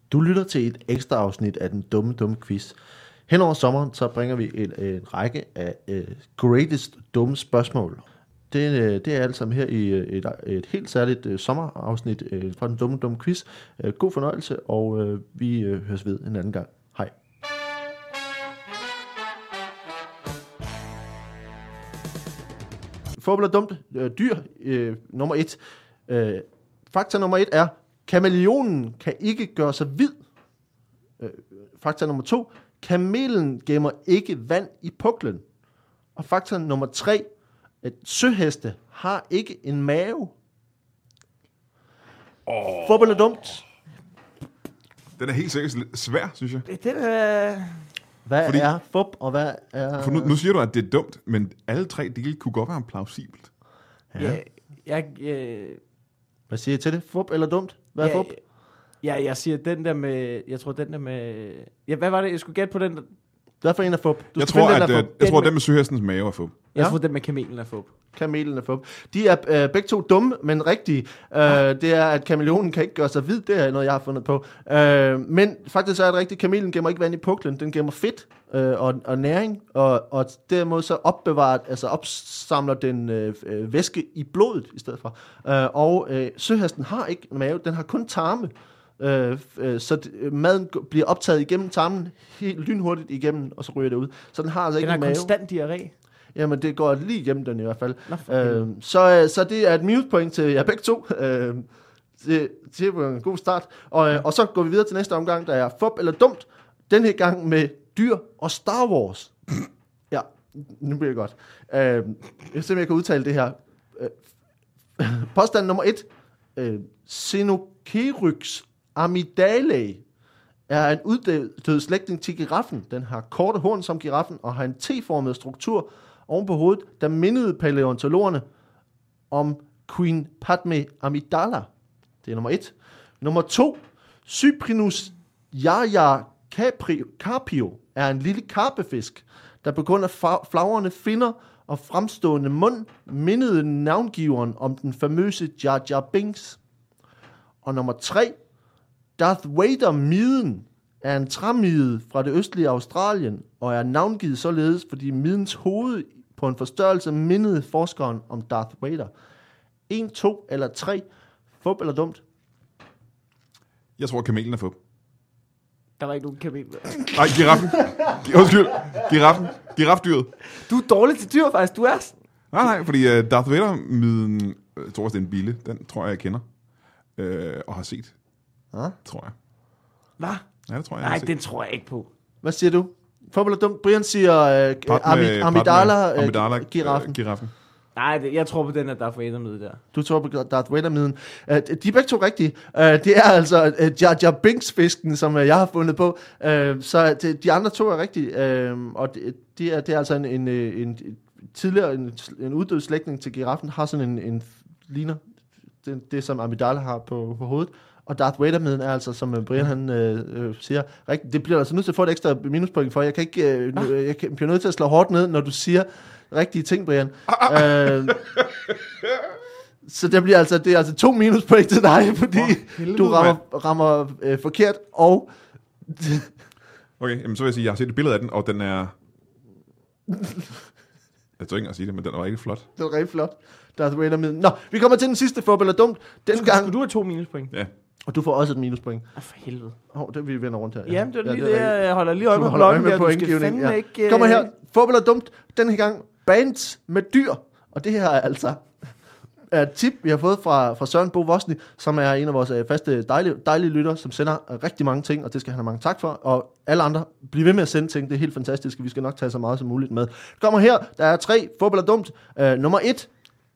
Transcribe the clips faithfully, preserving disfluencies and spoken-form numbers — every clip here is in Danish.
Du lytter til et ekstra afsnit af den dumme, dumme quiz. Hen over sommeren, så bringer vi en, en række af uh, greatest dumme spørgsmål. Det, uh, det er alt sammen her i uh, et, et helt særligt uh, sommerafsnit uh, fra den dumme, dumme quiz. Uh, god fornøjelse, og uh, vi uh, høres ved en anden gang. Hej. Fåbel er dumt. Uh, dyr uh, nummer et. Uh, fakta nummer et er, kameleonen kan ikke gøre sig hvid. Øh, fakta nummer to. Kamelen gemmer ikke vand i puklen. Og fakta nummer tre. At søheste har ikke en mave. Oh. Fodbold er dumt. Den er helt sikkert svær, synes jeg. Det er... Hvad Fordi, er fup, og hvad er... For nu, nu siger du, at det er dumt, men alle tre dele kunne godt være plausibelt. Ja. Ja, jeg, jeg, Hvad siger I til det? Fup eller dumt? Hvad er ja, fup? Ja, jeg siger den der med... Jeg tror, den der med... Ja, hvad var det? Jeg skulle gætte på den der... Hvad for en er fup? Du Jeg skal tror, finde at den, der øh, fup. jeg tror, Den at den med søhestens mave er fup. Jeg Ja. tror, den med kamelen er fup. Kamelen er fup. De er øh, begge to dumme, men rigtige. Øh, det er, at kameleonen kan ikke gøre sig hvid. Det er noget, jeg har fundet på. Øh, men faktisk så er det rigtigt. Kamelen gemmer ikke vand i puklen. Den gemmer fedt øh, og, og næring. Og, og derimod så opbevarer, altså opsamler den øh, øh, væske i blodet i stedet for. Øh, og øh, søhesten har ikke en mave. Den har kun tarme. Øh, øh, så d- maden g- bliver optaget igennem tarmen helt lynhurtigt igennem, og så ryger det ud. Så den har altså Den ikke har en mave. konstant diarré. Jamen, det går lige igennem den i hvert fald. Nå, for Øh, helvede. så, øh, så det er et minuspoint til jer begge to. Øh, det, det er en god start. Og, øh, og så går vi videre til næste omgang, der er fup eller dumt. Den her gang med dyr og Star Wars. Ja, nu bliver det godt. Øh, jeg ser, om jeg kan udtale det her. Øh, påstand nummer et. Øh, Xenocerux amygdalae er en uddød slægtning til giraffen. Den har korte horn som giraffen og har en T-formet struktur oven på hovedet, der mindede paleontologerne om Queen Padme Amidala. Det er nummer et. Nummer to. Cyprinus jaja carpio er en lille karpefisk, der på grund af flagrende finner og fremstående mund mindede navngiveren om den famøse Jar Jar Binks. Og nummer tre. Darth Vader-miden er en træmide fra det østlige Australien, og er navngivet således, fordi midens hoved på en forstørrelse mindede forskeren om Darth Vader. En, to eller tre. Fup eller dumt? Jeg tror, kamelen er fup. Der var ikke nogen kamel. Nej, giraffen. Undskyld. Giraffen. Girafdyret. Du er dårlig til dyr, faktisk. Du er... Nej, nej, fordi uh, Darth Vader-myden, jeg tror også, det er en bille. Den tror jeg, jeg kender. Øh, og har set. Ja. Tror jeg. Hvad? Ja, det tror jeg, jeg Nej, har set. den tror jeg ikke på. Hvad siger du? Fup eller dumt? Brian siger øh, Padme- Ami- Amidala, øh, Amidala, giraffen. øh, giraffen. Nej, det, jeg tror på den, at der er for med der. Du tror på Darth Vader-miden. Uh, de er begge to rigtige. Uh, det er altså uh, Jar Jar Binks-fisken, som uh, jeg har fundet på. Uh, så de, de andre to er rigtige. Uh, og det de er, det er altså en, en, en, en tidligere en, en uddød slægtning til giraffen, har sådan en, en ligner det, det, som Amidala har på, på hovedet. Og Darth Vader-miden er altså, som Brian han øh, øh, siger, rigtigt. Det bliver altså nødt til at få et ekstra minuspoint for. Jeg kan ikke, øh, nu, jeg kan, bliver nødt til at slå hårdt ned, når du siger rigtige ting, Brian. øh, så det bliver altså, det er altså to minuspoint til dig, fordi helvede, du rammer, rammer øh, forkert, og... Okay, jamen, så vil jeg sige, jeg har set et billede af den, og den er... Jeg tror ikke at sige det, men den er rigtig flot. det er rigtig flot. Darth Vader-miden. Nå, vi kommer til den sidste fup eller dumt. Den Skulle, gang, skulle du have to minuspoint? Ja. og du får også et minuspoint. Ah, for helvede. Åh, oh, det vi vender rundt her. Jamen, det er lige det det, rigtigt. jeg holder lige øje Du med holder øje blokken med der. Du skal pointgivning, fandme ja. ikke... øh, Kommer her. Fup eller dumt. Den her gang bands med dyr. Og det her er altså er et tip, vi har fået fra, fra Søren Bo Vosny, som er en af vores øh, faste dejlige, dejlige lytter, som sender øh, rigtig mange ting, og det skal han have mange tak for. Og alle andre, bliv ved med at sende ting. Det er helt fantastisk. Vi skal nok tage så meget som muligt med. Kommer her. Der er tre. Fup eller dumt. Uh, nummer et.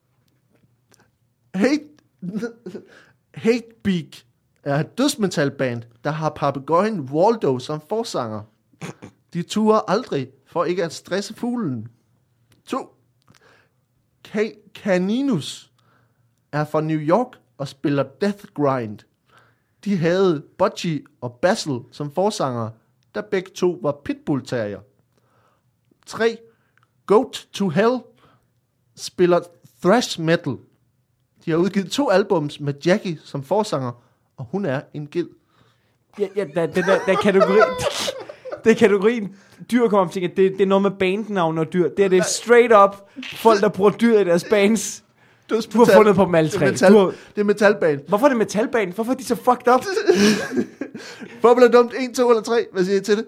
Hate, Hatebeak er et dødsmetalband, der har papegøjen Waldo som forsanger. De turer aldrig for ikke at stresse fuglen. to. Ka- Caninus er fra New York og spiller Death Grind. De havde Butchie og Basil som forsanger, der begge to var Pitbull Terrier. tre. Goat to Hell spiller thrash metal. De har udgivet to albums med Jackie som forsanger, og hun er en ged. Ja, ja der, den der, der kategori... Det er kategorien, dyr kommer til, at det, det er noget med bandnavn og dyr. Det er det straight up folk, der bruger dyr i deres bands. Du har fundet på dem alle tre. Det er, metal, har... det er metalband. Hvorfor er det metalband? Hvorfor er de så fucked up? Hvorfor er det dumt? en, to eller tre? Hvad siger I til det?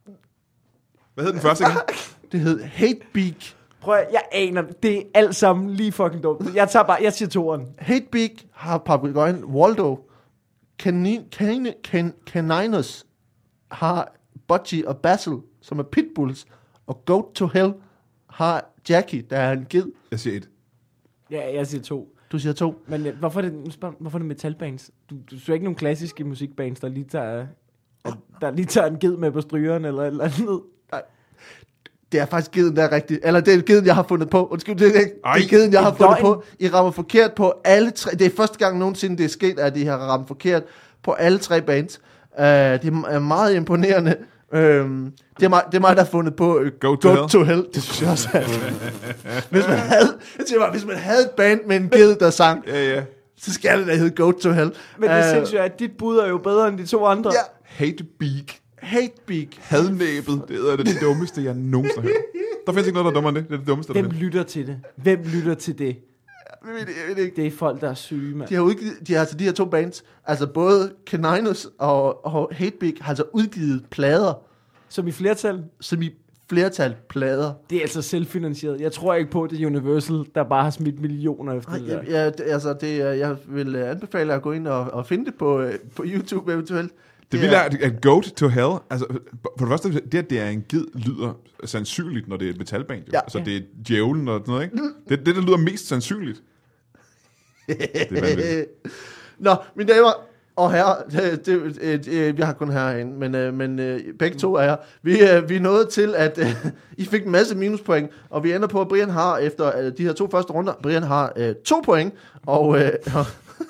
Hvad hed den første igen? Det hed Hatebeak. Prøv at, jeg aner det. Det er alt sammen lige fucking dumt. Jeg tager bare, jeg siger toeren. Hatebeak har papegøjen Waldo. Canin, canin, can, Caninus har Budgie og Basil, som er pitbulls. Og Goat to Hell har Jackie, der er en ged. Jeg siger et. Ja, jeg siger to. Du siger to. Men uh, hvorfor er det, spørg, hvorfor er det metalbands? Du, du ser ikke nogen klassiske musikbands, der lige tager, uh, der lige tager en ged med på strygeren eller et eller andet. Nej. Det er faktisk geden, der er rigtigt. Eller det er geden, jeg har fundet på. Undskyld, det er, Ej, det er geden, jeg har fundet løgn. på. I rammer forkert på alle tre. Det er første gang nogensinde, det er sket, at de har ramt forkert på alle tre bands. Uh, det er meget imponerende. Uh, det, er mig, det er mig, der har fundet på uh, Go to Go Hell. to Hell. Det synes jeg også er. hvis, man havde, jeg siger bare, hvis man havde et band med en ged, der sang, Ja, ja. så skal det da hedde Go to Hell. Men det er Øh, sindssygt, at dit bud er jo bedre end de to andre. Ja, Hatebeak. Hatebeak. Hadnæbet. Det er det dummeste, jeg nogensinde har hørt. Der findes ikke noget, der er dummere end det. Det er det dummeste, der Hvem findes. lytter til det? Hvem lytter til det? Jeg ved, det- jeg ved det ikke. Det er folk, der er syge, mand. De har udgivet, de har altså de her to bands, altså både Caninus og, og Hatebeak har altså udgivet plader, Som i flertal. som i flertal plader. Det er altså selvfinansieret. Jeg tror ikke på, at det er Universal, der bare har smidt millioner efter Nej, det der. jeg, jeg, det- altså det, er- jeg vil øh, anbefale at gå ind og, og finde det på, øh, på YouTube eventuelt. Det vilde er, at- at Goat to Hell, altså for det første, det at det er en ged, lyder sandsynligt, når det er et metalband. Jo. Ja. Altså det er djævlen og sådan noget, ikke? Det er det, der lyder mest sandsynligt. Det er vanvittigt. Nå, mine damer og herrer, det, det, det, det, vi har kun herrer herinde, men, øh, men øh, begge to er her. Vi, øh, vi er nået til, at øh, I fik en masse minuspoint, og vi ender på, at Brian har, efter øh, de her to første runder, Brian har øh, to point, og, øh, og,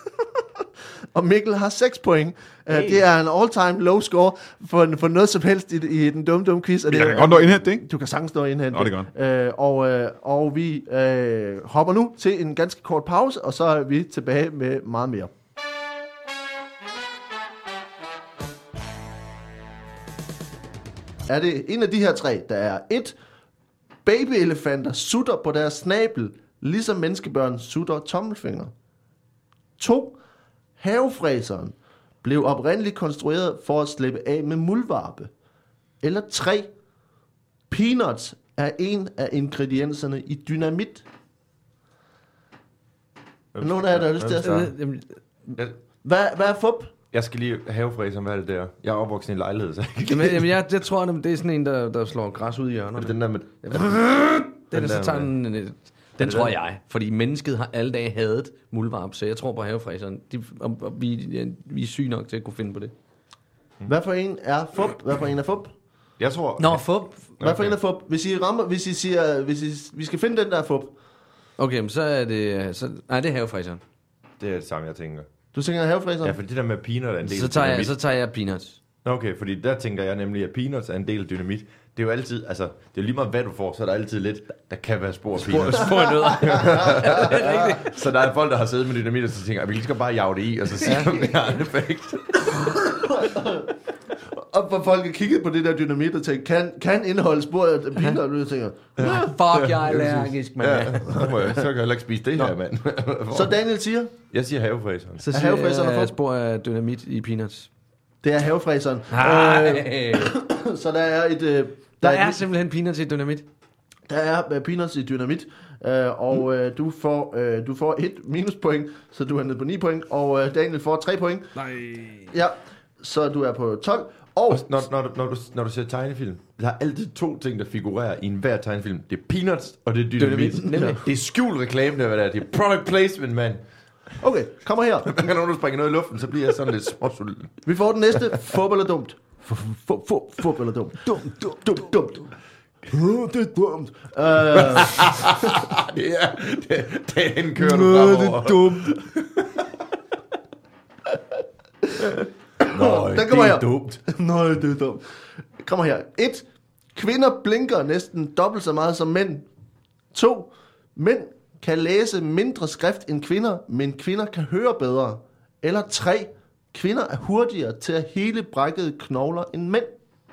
og Mikkel har seks point. Hey. Hey. Det er en all-time low score for, for noget som helst i, i den dumme, dumme quiz. Og det Jeg er- kan godt nå indhente det, ikke? Du kan sagtens nå indhente. Nå, det er godt. Øh, og, øh, og vi øh, hopper nu til en ganske kort pause, og så er vi tilbage med meget mere. Er det en af de her tre, der er et, babyelefanter sutter på deres snabel, ligesom menneskebørn sutter tommelfinger. To, havefræseren blev oprindeligt konstrueret for at slippe af med muldvarpe. Eller tre, peanuts er en af ingredienserne i dynamit. Er nogen af jer, der har lyst til at Hvem starte? Jamen, Hvad, hvad er fup? Jeg skal lige have fræseren, hvad er det der? Jeg er opvokset i en lejlighed, så jeg Jamen, jamen jeg, jeg tror, det er sådan en, der, der slår græs ud i er hjørnerne. det den der med... Den, den er så der tager med- den, den, den tror jeg, fordi mennesket har alle dage hadet muldvarp, så jeg tror på havefræseren. De, og, og vi, ja, vi er syge nok til at kunne finde på det. Hvad for en er fup? Hvad for en er fup? Jeg tror... Nå, fup. Hvad for Okay. en er fup? Hvis I rammer, hvis I siger, hvis I, vi skal finde den der fup. Okay, men så er det... Så, nej, det er havefræseren. Det er det samme, jeg tænker. Du tænker havefræseren? Ja, for det der med peanut er en del Så af tager, jeg, dynamit. så tager jeg peanuts. Okay, fordi der tænker jeg nemlig, at peanuts er en del af dynamit. Det er jo altid, altså, det er jo lige meget, hvad du får, så er der altid lidt, der kan være spor af peanuts. Spor nødder. Så der er folk, der har siddet med dynamit, og så tænker, at vi lige skal bare jage det i, og så siger vi, at vi har en effekt. Og hvor folk har kigget på det der dynamit og tænkt, kan, kan indeholde spor af peanut, og du tænker, Fuck, jeg er allergisk, mand. Ja, så, må jeg, så kan jeg heller ikke spise det her, mand. så Daniel siger, Jeg siger havefræseren. Så Er siger havefræseren jeg fup? spor af dynamit i peanuts. det er havefræseren. Øh, Nej. så der er et... Øh, Der der er et, simpelthen peanuts i dynamit. Der er øh, peanuts i dynamit, øh, og øh, du, får, øh, du får et minuspoint, så du er nede på ni point, og øh, Daniel får tre point. Nej. Ja, så du er på tolv. Og Og når, når, du, når, du, når du ser tegnefilm, der er altid to ting, der figurerer i enhver tegnefilm. Det er peanuts, og det er dynamit. Dynamit, nemlig. Det er skjult reklame, der, hvad der er. Det er product placement, mand. okay, kommer her. Hver gang nogen, der springer noget i luften, så bliver jeg sådan lidt småsulten. Vi får den næste. Fup eller dumt? Fup, fup, fup, fup eller dumt? Dumt, dumt, dumt, dumt. Uh, det er dumt. Uh, Det er, det, den kører du fremover. dumt. Nå, Den det kommer er her. dumt. Nej, det er dumt. Kommer her. et. Kvinder blinker næsten dobbelt så meget som mænd. to. Mænd kan læse mindre skrift end kvinder, men kvinder kan høre bedre. Eller tre. Kvinder er hurtigere til at hele brækkede knogler end mænd.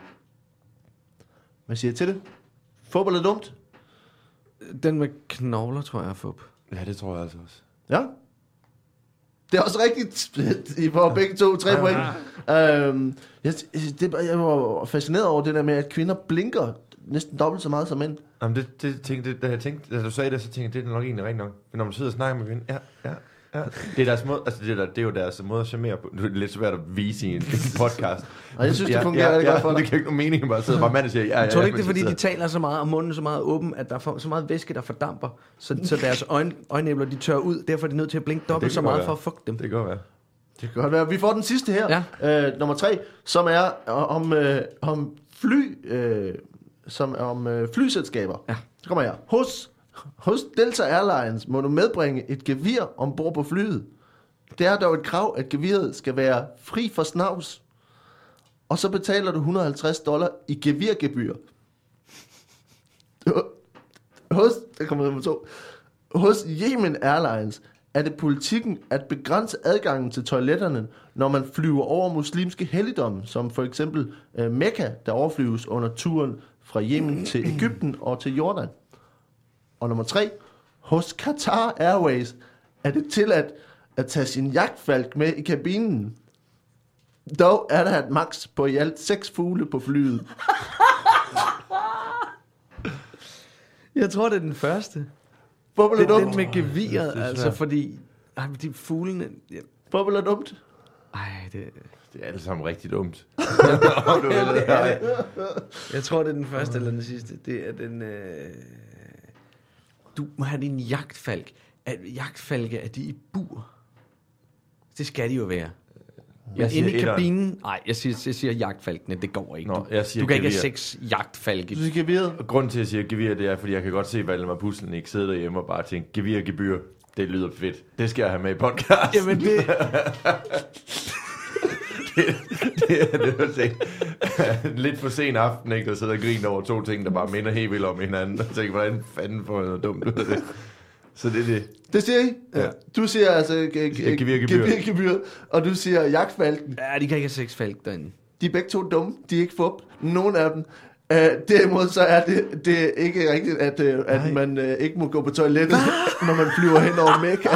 Hvad siger I til det? Fup eller dumt? Den med knogler, tror jeg er fup. Ja, det tror jeg altså også. Ja. Det er også rigtigt. I får begge to tre point. Øhm, jeg, det, jeg var fascineret over det der med, at kvinder blinker næsten dobbelt så meget som mænd. Jamen, det, det tænkte, det, da jeg tænkte, da du sagde det, så tænkte jeg, det er nok egentlig rigtigt nok. Men når man sidder og snakker med kvinder, ja, ja, ja. Det er deres måde, altså det, der, det er jo deres måde at charmere på. Det er lidt svært at vise i en podcast. Og jeg synes, det ja, fungerer ja, rigtig ja, godt for dig. Det kan ikke nogen mening, at bare sidde og bare mand og siger, ja, ja, Jeg tror ja, ikke, det er fordi, sidder- de taler så meget, og munden er så meget åben, at der er så meget væske, der fordamper, så, så deres øjne, øjenæbler, de tør ud. Derfor er de nødt til at blinke dobbelt kan så godt meget være. for at fuck dem. Det kan godt være. Det kan godt være. Vi får den sidste her. Ja. Øh, nummer tre, som er om, øh, om fly, øh, som er om øh, flyselskaber. Ja. Så kommer jeg. Hos, hos Delta Airlines må du medbringe et gevir ombord på flyet. Det er dog et krav, at geviret skal være fri for snavs. Og så betaler du et hundrede og halvtreds dollar i gevirgebyr. Hos, der kommer nummer to. Hos Yemen Airlines er det politikken at begrænse adgangen til toiletterne, når man flyver over muslimske helligdomme, som for eksempel øh, Mekka, der overflyves under turen fra Yemen til Egypten og til Jordan. Og nummer tre. Hos Qatar Airways er det tilladt at tage sin jagtfalk med i kabinen. Dog er der et max på i alt seks fugle på flyet. Jeg tror, det er den første. Bobbel Det er er den dumt. med geviret, altså fordi... Ej, men de fuglene... Ja. Bobbel er dumt. Ej, det... Det er alle sammen rigtig dumt. Jeg tror, det er den første eller den sidste. Det er den... Øh... Du må have din jagtfalk. At jagtfalke, er de i bur? Det skal de jo være. Men Jeg siger inde i etteren. kabinen... Nej, jeg siger, jeg siger jagtfalkene. Det går ikke. Nå, Du, jeg siger du kan ikke have gevir. seks jagtfalke. Du siger geviret. Og grunden til, at jeg siger gevir, det er, fordi jeg kan godt se, at Valdemar Puslen ikke sidder derhjemme og bare tænker, gevir, gebyr, det lyder fedt. Det skal jeg have med i podcast. Jamen det... det er det, jeg tænker. Lidt for sen aften, ikke? Der sidder og griner over to ting, der bare minder helt vildt om hinanden. Og tænker, hvordan fanden får jeg noget dumt ud af det? Så det er det. Det siger I? Ja. Du siger altså ge- ge- Gevirgebyr. gevirgebyr, og du siger jagtfalken. Ja, de kan ikke have seks falk derinde. De er begge to dumme. De er ikke fup. Nogen af dem. Uh, derimod så er det, det er ikke rigtigt, at, uh, at man uh, ikke må gå på toilettet, når man flyver hen over Mekka.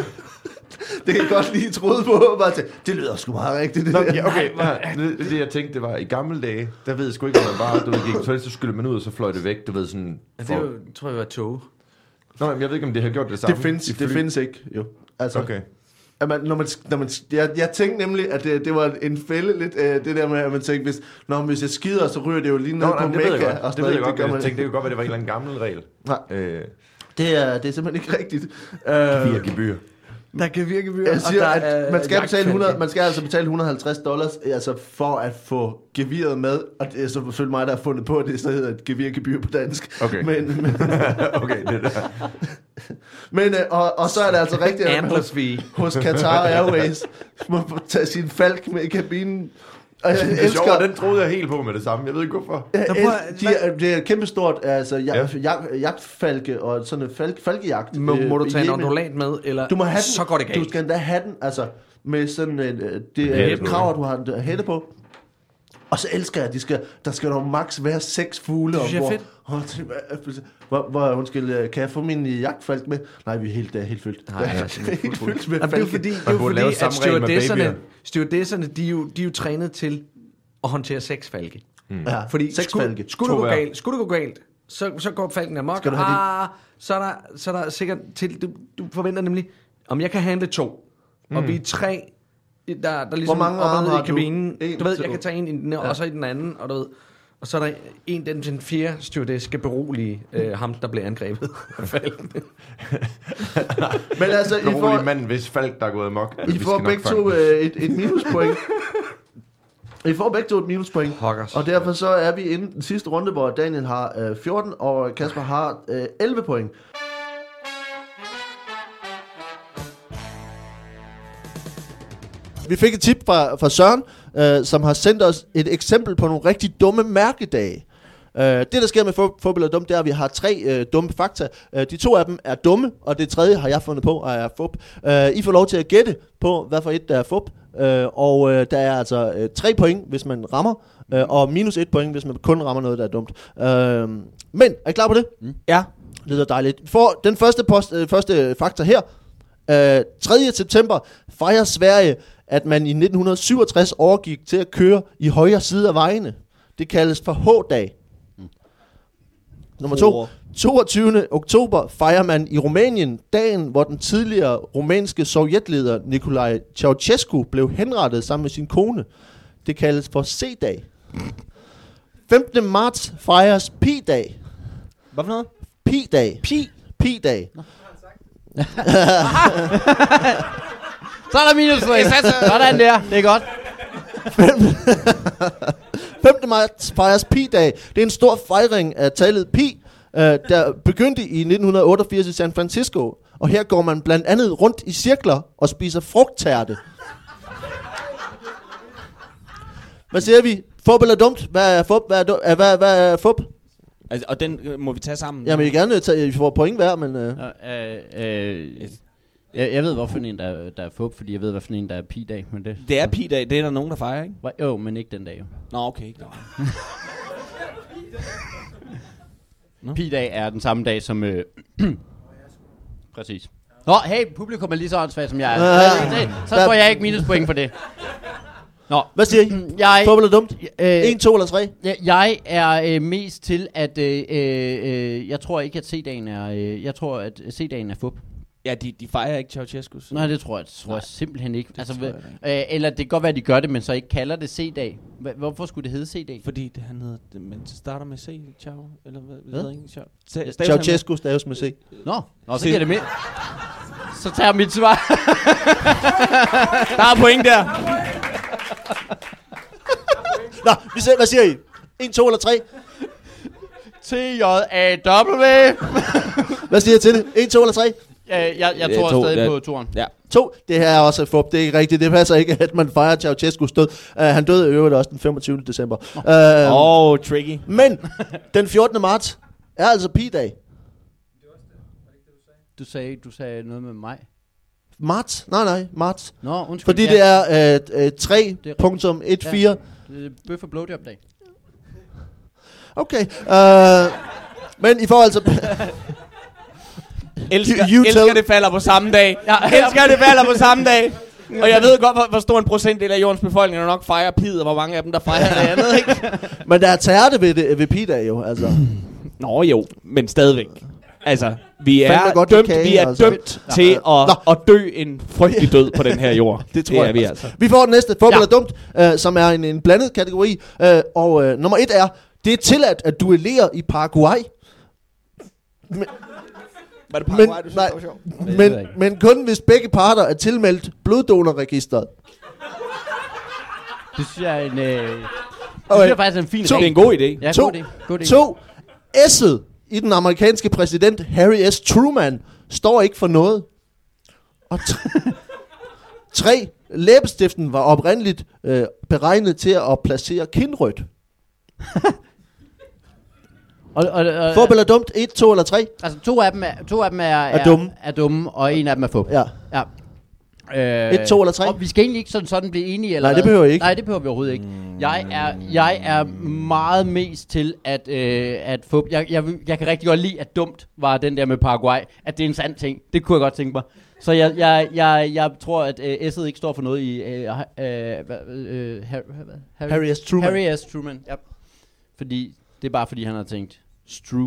Det kan jeg godt lige troede på. Bare til, det lyder sgu meget rigtigt. Det Nå, der. ja, okay. Ja, det, det, jeg tænkte, det var i gamle dage, der ved jeg sgu ikke, om man bare, du ved, gik på toilet, så skyllede man ud, og så fløj det væk, du ved, sådan... Ja, For... det er jo, tror jeg var tog. Nå, men jeg ved ikke, om det har gjort det samme. Det findes, i det fly. findes ikke, jo. Altså, Okay. at man, når man, når man, jeg, jeg tænkte nemlig, at det, det var en fælde lidt, øh, det der med, at man tænkte, hvis, når, hvis jeg skider, så ryger det jo lige ned Nå, på nej, det ved jeg Mekka. godt. og Det sådan ved jeg noget. godt, gør men man jeg tænkte, det kunne godt være, det var en eller anden gammel regel. Nej, Øh, det er, det er simpelthen ikke rigtigt. Via Uh, gebyr. Der kan virke vir, jeg siger, at man skal, betale hundrede, man skal altså betale et hundrede og halvtreds dollars altså for at få geviret med, og det er så selvfølgelig mig, der har fundet på, at det så hedder et gevirgebyr på dansk. Okay. Men, men, Okay, det der. men øh, og, og så er det altså rigtigt, at man hos, Amplers V. hos Qatar Airways må tage sin falk med i kabinen. Og jeg Det er elsker, sjovt, den troede jeg helt på med det samme. Jeg ved ikke, hvorfor. jeg Der prøver- elsker- de er, det er kæmpestort, altså jag, Ja. jag, jagtfalke og sådan en falk, falkejagt. Må, øh, må du i tage en Yemen. ondulat med, eller Du må have den. så går det Du galt. skal endda have den, altså med sådan en, øh, det er Hætte et på. krav, at du har en hætte på. Og så elsker jeg, at de skal, der skal dog maks være seks fugle. Det synes jeg er hvor, fedt. Hvor, hvor, hvor, undskyld, øh, kan jeg få min jagtfalk med? Nej, vi er helt, det er helt fyldt. Nej, det er ja, helt fyldt med Jamen, det er jo falke. fordi, det er Man jo burde fordi lave at samme regel med stewardesserne, babyer. stewardesserne de, er jo, de er jo trænet til at håndtere seks falke. Ja, Fordi seks skulle, falke. skulle, det To gå hver. galt, skulle det gå galt, så, så går falken amok. Skal du have Ah, så, er der, så er der sikkert til, du, du forventer nemlig, om jeg kan handle to, mm. og vi er tre, der, der ligesom Hvor mange er arme nede har i du? kabinen. En, Du ved, to. jeg kan tage en i den, og så i den anden, og du ved, og så er der en, den, den fjerde stewardess skal berolige øh, ham, der bliver angrebet af falken. Men altså, I Berolig får, manden, hvis falk, der er gået amok. I Vi får skal nok begge fange to den. øh, et, et minuspoint. I får begge to et minuspoint. Pokkers. Og derfor så er vi inde i den sidste runde, hvor Daniel har øh, fjorten, og Kasper har øh, elleve point. Vi fik et tip fra, fra Søren, øh, som har sendt os et eksempel på nogle rigtig dumme mærkedage. Uh, det, der sker med fup, fup eller dumt, det er, at vi har tre uh, dumme fakta. Uh, de to af dem er dumme, og det tredje har jeg fundet på, og er fup. Uh, I får lov til at gætte på, hvad for et, der er fup. Uh, og uh, der er altså uh, tre point, hvis man rammer, uh, og minus et point, hvis man kun rammer noget, der er dumt. Uh, men, er I klar på det? Mm. Ja. Det lyder dejligt. For den første, post, uh, første fakta her. Uh, tredje september fejrer Sverige, at man i nitten syvogtres overgik til at køre i højre side af vejene. Det kaldes for H-dag. Mm. Nummer to. toogtyvende oktober fejrer man i Rumænien dagen, hvor den tidligere rumænske sovjetleder Nicolae Ceausescu blev henrettet sammen med sin kone. Det kaldes for C-dag. femtende marts fejres Pi-dag. Hvad for noget? Pi-dag. Pi. Pi-dag. Så er der minus point. Sådan der, det er godt. femte marts fejres Pi-dag. Det er en stor fejring af tallet Pi, uh, der begyndte i nitten otteogfirs i San Francisco. Og her går man blandt andet rundt i cirkler og spiser frugttærte. Hvad siger vi? Fup eller dumt? Hvad er fup? Hvad er, du- hvad, hvad er fup? Altså, og den øh, må vi tage sammen. Jamen, jeg vil gerne tage, I får point hver, men... Uh... Øh, øh, jeg, jeg ved, hvorfor en, der, er- der er fup, fordi jeg ved, hvorfor en, der er pi-dag. Men det, Det er Pi-dag, det er der nogen, der fejrer, ikke? Hva- jo, men ikke den dag jo. Nå, okay. Nå. Pi-dag er den samme dag som... Øh, præcis. Nå, hey, publikum er lige så åndssvagt som jeg er. Så får jeg ikke minuspoint for det. Nå, Hvad siger I? jeg, Fup eller dumt? øh, En, to eller tre? jeg, jeg er øh, mest til, at øh, øh, jeg tror ikke, at C-dagen er... Øh, jeg tror, at C-dagen er fup. Ja, de, de fejrer ikke Ceausescu. Nej, det tror jeg, det tror jeg simpelthen ikke. Altså, tror øh, eller det kan godt være, at de gør det, men så ikke kalder det C-dag. Hva- Hvorfor skulle det hedde C-dag? Fordi det, han hedder, det, men det starter med C, Ciao, eller hvad? Hvad? Hvad? Ikke? Ciao. Sta- staves han med- Ceausescu staves med C. Nå, Nå så Se- giver det med. Så tager jeg mit svar. Der er point der. Nå, vi ser, hvad siger I? En, to eller tre? T J A W. Hvad siger I til det? En, to eller tre? Jeg, jeg, jeg Ja, tror to, stadig ja. på toren. Ja. To, det her er også fup, det er ikke rigtigt. Det passer ikke, at man fejrer Ceausescus død. Uh, han døde i øvrigt også den femogtyvende december. Uh, Åh, oh, tricky. Men den fjortende marts er altså Pi-dag. Du sagde, du sagde noget med mig. Marts? Nej, nej, marts. Nå, undskyld. Fordi det er uh, uh, tre punktum et fire. Det er bøf og blowjob-dag. Okay. Uh, men i forhold til... Elsker, You- you elsker tell- det falder på samme dag. Jeg elsker det falder på samme dag. Og jeg ved godt, hvor, hvor stor en procentdel af jordens befolkning der nok fejrer pid, og hvor mange af dem, der fejrer det andet, ikke? Men der er tærte ved, det, ved Pi-dag jo, altså. Nå jo, men stadigvæk. Altså, vi Fandme er godt dømt, kage, vi er altså. dømt til at, at dø en frygtelig død på den her jord. Det tror er jeg vi også. altså. Vi får den næste, fup Ja. eller dumt, uh, som er en, en blandet kategori. Uh, og uh, nummer et er, det er tilladt at duellere i Paraguay. Men, Var det men, Paraguay, du synes, nej, det var sjovt? ved men, jeg ikke. men kun hvis begge parter er tilmeldt bloddonorregisteret. Det synes jeg er en... Øh, det synes Okay. jeg faktisk er en fin Det er regel. en god idé. Ja, To. god idé. God idé. To, S'et i den amerikanske præsident Harry S. Truman står ikke for noget. Og tre, tre læbestiften var oprindeligt øh, beregnet til at placere kindrødt. Og, og, og, Fup eller dumt? Et, to eller tre? altså, to af dem er, to af dem er, er, dumme. er dumme, og en af dem er fup. Ja. Ja. Øh, Et, to eller tre? Og vi skal egentlig ikke sådan, sådan blive enige, eller Nej, det hvad? behøver I ikke. Nej, det behøver vi overhovedet ikke. Jeg er, jeg er meget mest til, at, øh, at fup... Jeg, jeg, jeg kan rigtig godt lide, at dumt var den der med Paraguay. At det er en sand ting. Det kunne jeg godt tænke mig. Så jeg, jeg, jeg, jeg tror, at øh, S'et ikke står for noget i... Øh, øh, hvad, øh, Harry, hvad? Harry S. Truman. Harry S. Truman, ja. Fordi, det er bare fordi, han har tænkt... Stru.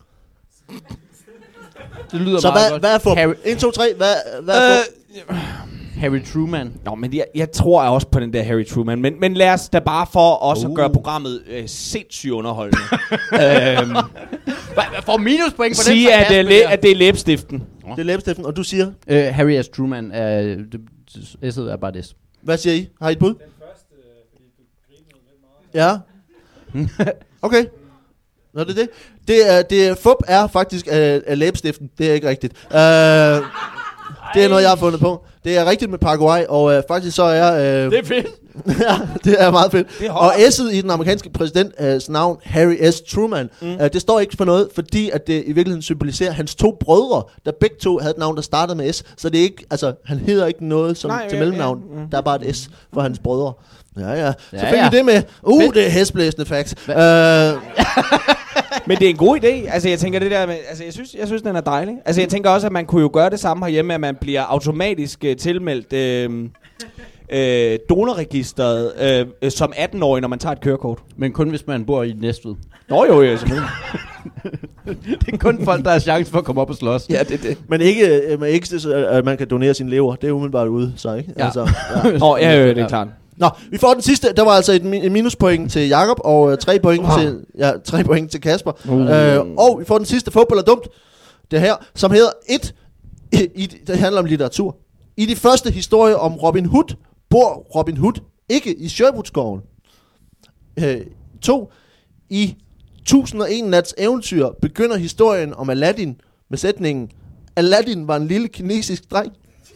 Det lyder Så meget hvad, godt. hvad er fup? Harry, En, to, tre. Hvad, hvad er fup? Øh, Harry Truman. Nå, men jeg, jeg tror også på den der Harry Truman. Men, men lad os da bare for også uh. at gøre programmet øh, sindssygt underholdende. øhm, Hvad får minuspoint på sige, den at, øh, læ- at det er læbestiften. Det er læbestiften, og du siger? Uh, Harry S. Truman er... Det, S'et er bare det. Hvad siger I? Har I et bud? Den første, fordi du grinede lidt meget. Ja. Okay. Nå, det er det. Det er, det er, fup er faktisk af, af læbestiften. Det er ikke rigtigt. Uh, Det er noget, jeg har fundet på. Det er rigtigt med Paraguay, og øh, faktisk så er... Øh, Det er fedt. ja, det er meget fedt. Det Og S'et i den amerikanske præsidents navn, Harry S. Truman, mm. uh, det står ikke for noget, fordi at det i virkeligheden symboliserer hans to brødre, der begge to havde et navn, der startede med S. Så det er ikke, altså, han hedder ikke noget som Nej, til ja, mellemnavn. ja, mm. Der er bare et S for hans brødre. Ja, ja. Så Ja, fik vi ja. det med. Uh, Fedt. det er hæsblæsende facts. Uh, Men det er en god idé. Altså, jeg tænker det der med, altså, jeg synes, jeg synes, den er dejlig. Altså, jeg tænker også, at man kunne jo gøre det samme herhjemme, at man bliver automatisk uh, tilmeldt øh, øh, donorregisteret øh, som atten-årig, når man tager et kørekort. Men kun hvis man bor i Næstved. Nå jo, jo, selvfølgelig. Det er kun folk, der har chance for at komme op og slås. Ja, det er det. men ikke, øh, men ikke så, at man kan donere sin lever. Det er umiddelbart ude, så ikke? Ja. Altså, ja. Nå, ja, ja, det er klart. Nå, vi får den sidste. Der var altså et, mi- et minuspoint til Jakob og øh, tre point Wow. til ja, tre point til Kasper. Uh. Øh, og vi får den sidste fodbold er dumt. Det her, som hedder et. I, i, det handler om litteratur. I de første historier om Robin Hood bor Robin Hood ikke i Sherwoodskoven. Øh, to. I tusind og en nats eventyr begynder historien om Aladdin med sætningen: Aladdin var en lille kinesisk dreng.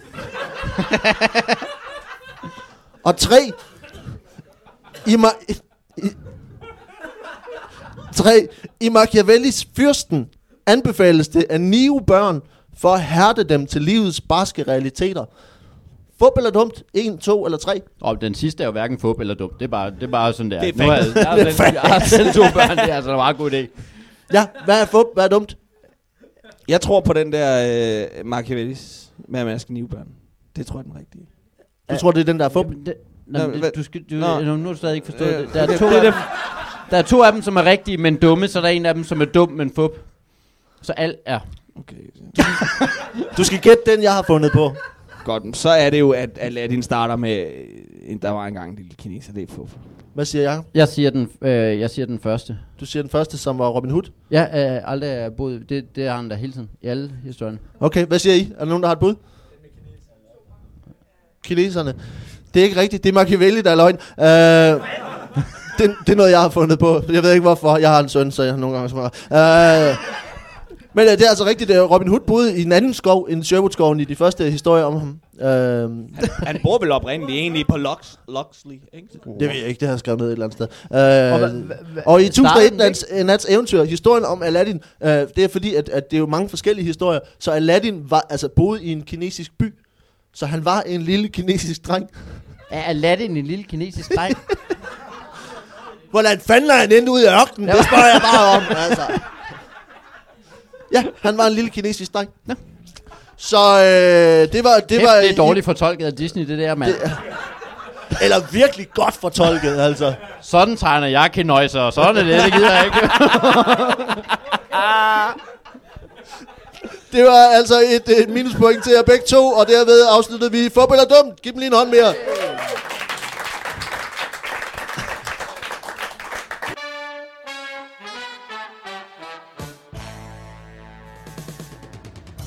Og tre. I, Ma- i, i, tre. I Machiavellis Fyrsten anbefales det at nive børn for at hærde dem til livets barske realiteter. Fup eller dumt? En, to eller tre? Og den sidste er jo hverken fup eller dum. Det er bare, det er bare sådan der. Det er Nu har jeg, jeg, har selv, jeg har selv to børn, det er altså en meget god idé. Ja, hvad er fup? Hvad er dumt? Jeg tror på den der øh, Machiavellis med, at man skal nive børn. Det tror jeg er den rigtige. Du tror, det er den, der er fup? Jamen, det, Nå, nå, det, hvad- du skal, du, Nå. nu, nu har du stadig ikke forstået Øh, det. Der er, okay, to det er af dem, det. der er to af dem, som er rigtige, men dumme, så der er en af dem, som er dum, men fup. Så alt er. Okay. Du skal gætte den, jeg har fundet på. Godt, så er det jo, at Aladdin starter med, øh, der var engang en lille kineser, det er fup. Hvad siger jeg? Jeg siger den, øh, jeg siger den første. Du siger den første, som var Robin Hood. Jeg øh, aldrig har boet, det, det har han da hele tiden, i alle historierne. Okay, hvad siger I? Er der nogen, der har et bud? Kineserne. Det er ikke rigtigt. Det er Machiavelli, der er løgn. Øh, det, det er noget, jeg har fundet på. Jeg ved ikke, hvorfor. Jeg har en søn, så jeg har nogle gange svaret. Øh, men øh, det er altså rigtigt. at Robin Hood boede i en anden skov end Sherwoodskoven i de første historier om ham. Øh, Han bor vel oprindeligt egentlig på Lux, Luxley, ikke? det ved jeg ikke. Det har jeg skrevet ned et eller andet sted. Og Øh, hvad- hvad- og i tusind og et starten nats, nats eventyr, historien om Aladdin, øh, det er fordi, at, at det er jo mange forskellige historier. Så Aladdin var altså boede i en kinesisk by. Så han var en lille kinesisk dreng. Er Aladdin en lille kinesisk dreng? Hvordan fanden er han endt ud i ørkenen? Det spørger jeg bare om, altså. Ja, han var en lille kinesisk dreng. Ja. Så øh, det var... Det, Det, var det er dårligt fortolket af Disney, det der, mand. Det, eller virkelig godt fortolket, altså. Sådan tegner jeg kenøjser, og sådan er det, det gider jeg ikke. Det var altså et, et minuspoint til jer begge to, og derved afsluttede vi Fup eller Dumt. Giv dem lige en hånd mere.